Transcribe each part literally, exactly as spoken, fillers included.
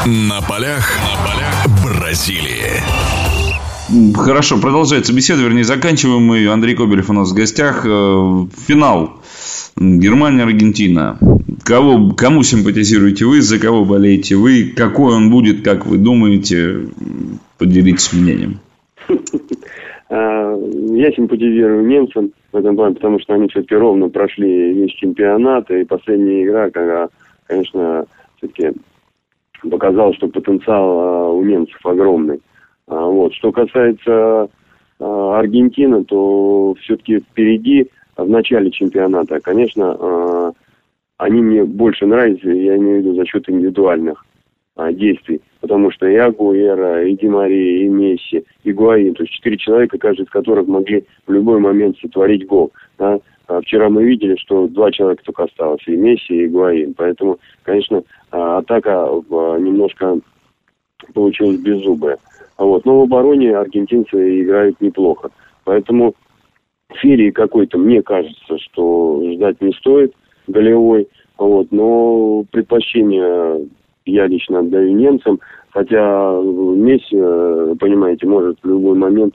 На полях, на полях Бразилии. Хорошо, продолжается беседа, вернее, заканчиваем мы. Андрей Кобелев у нас в гостях. Финал. Германия-Аргентина. Кого, кому симпатизируете вы, за кого болеете вы, какой он будет, как вы думаете? Поделитесь мнением. Я симпатизирую немцам в этом плане, потому что они все-таки ровно прошли весь чемпионат, и последняя игра, когда, конечно, все-таки показала, что потенциал у немцев огромный. Вот. Что касается Аргентины, то все-таки впереди, в начале чемпионата, конечно, они мне больше нравятся, я имею в виду за счет индивидуальных действий. Потому что и Агуэро, и Ди Мария, и Месси, и Гуаин, то есть четыре человека, каждый из которых могли в любой момент сотворить гол. Да? А вчера мы видели, что два человека только осталось, и Месси, и Гуаин. Поэтому, конечно, атака немножко получилась беззубая. Вот. Но в обороне аргентинцы играют неплохо. Поэтому ферии какой-то, мне кажется, что ждать не стоит, голевой. Вот. Но предпочтение я лично отдаю немцам. Хотя Месси, понимаете, может в любой момент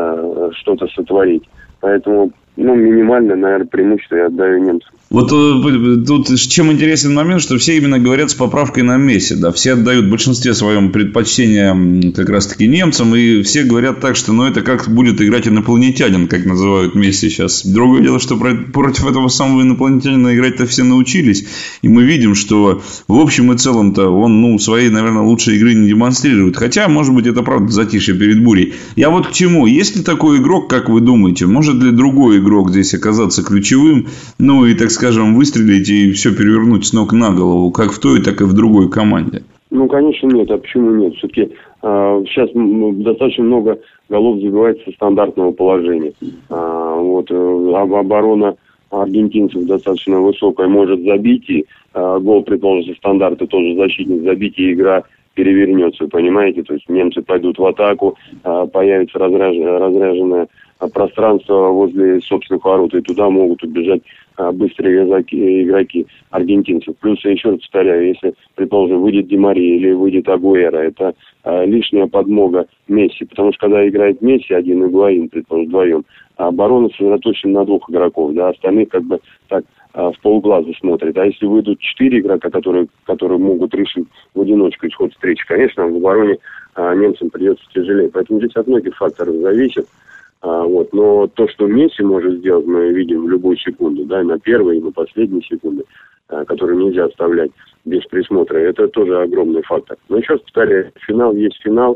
э, что-то сотворить. Поэтому, ну, минимальное, наверное, преимущество я отдаю немцам. Вот тут чем интересен момент, что все именно говорят с поправкой на Месси, да, все отдают в большинстве своем предпочтение как раз-таки немцам, и все говорят так, что, ну, это как будет играть инопланетянин, как называют Месси сейчас. Другое дело, что против этого самого инопланетянина играть-то все научились, и мы видим, что в общем и целом-то он, ну, своей, наверное, лучшей игры не демонстрирует, хотя, может быть, это правда затишье перед бурей. Я вот к чему, есть ли такой игрок, как вы думаете, может ли другой игрок здесь оказаться ключевым, ну, и, так сказать, скажем, выстрелить и все перевернуть с ног на голову, как в той, так и в другой команде? Ну, конечно, нет. А почему нет? Все-таки э, сейчас достаточно много голов забивается со стандартного положения. А, вот, э, оборона аргентинцев достаточно высокая, может забить, и э, гол, предположим, со стандарта тоже защитник забить, и игра перевернется, понимаете? То есть немцы пойдут в атаку, э, появится разряж... разряженное пространство возле собственных ворот, и туда могут убежать а, быстрые игроки, игроки аргентинцев. Плюс, я еще раз повторяю, если, предположим, выйдет Ди Мария или выйдет Агуэро, это а, лишняя подмога Месси, потому что когда играет Месси один и Гуаин, предположим, вдвоем, а оборона сосредоточена на двух игроков, да, остальные как бы так а, в полглаза смотрят. А если выйдут четыре игрока, которые, которые могут решить в одиночку исход встречи, конечно, в обороне а, немцам придется тяжелее. Поэтому здесь от многих факторов зависит. А, вот. Но то, что Месси может сделать, мы видим в любую секунду, да, и на первой, и на последней секунды, а, которые нельзя оставлять без присмотра, это тоже огромный фактор. Но еще раз повторяю, финал есть финал,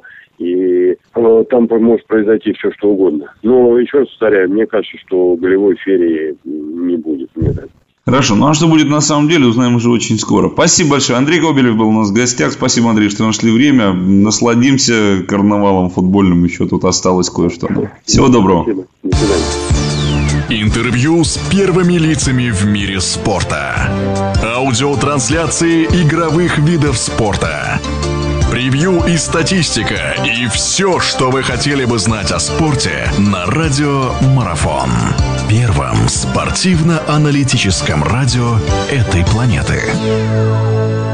и а, там может произойти все, что угодно. Но еще раз повторяю, мне кажется, что голевой ферии не будет. Мне кажется. Хорошо, ну а что будет на самом деле, узнаем уже очень скоро. Спасибо большое. Андрей Кобелев был у нас в гостях. Спасибо, Андрей, что нашли время. Насладимся карнавалом футбольным. Еще тут осталось кое-что. Всего доброго. Спасибо. До свидания. Интервью с первыми лицами в мире спорта. Аудиотрансляции игровых видов спорта. Превью и статистика. И все, что вы хотели бы знать о спорте на Радио Марафон. Первом спортивно-аналитическом радио этой планеты.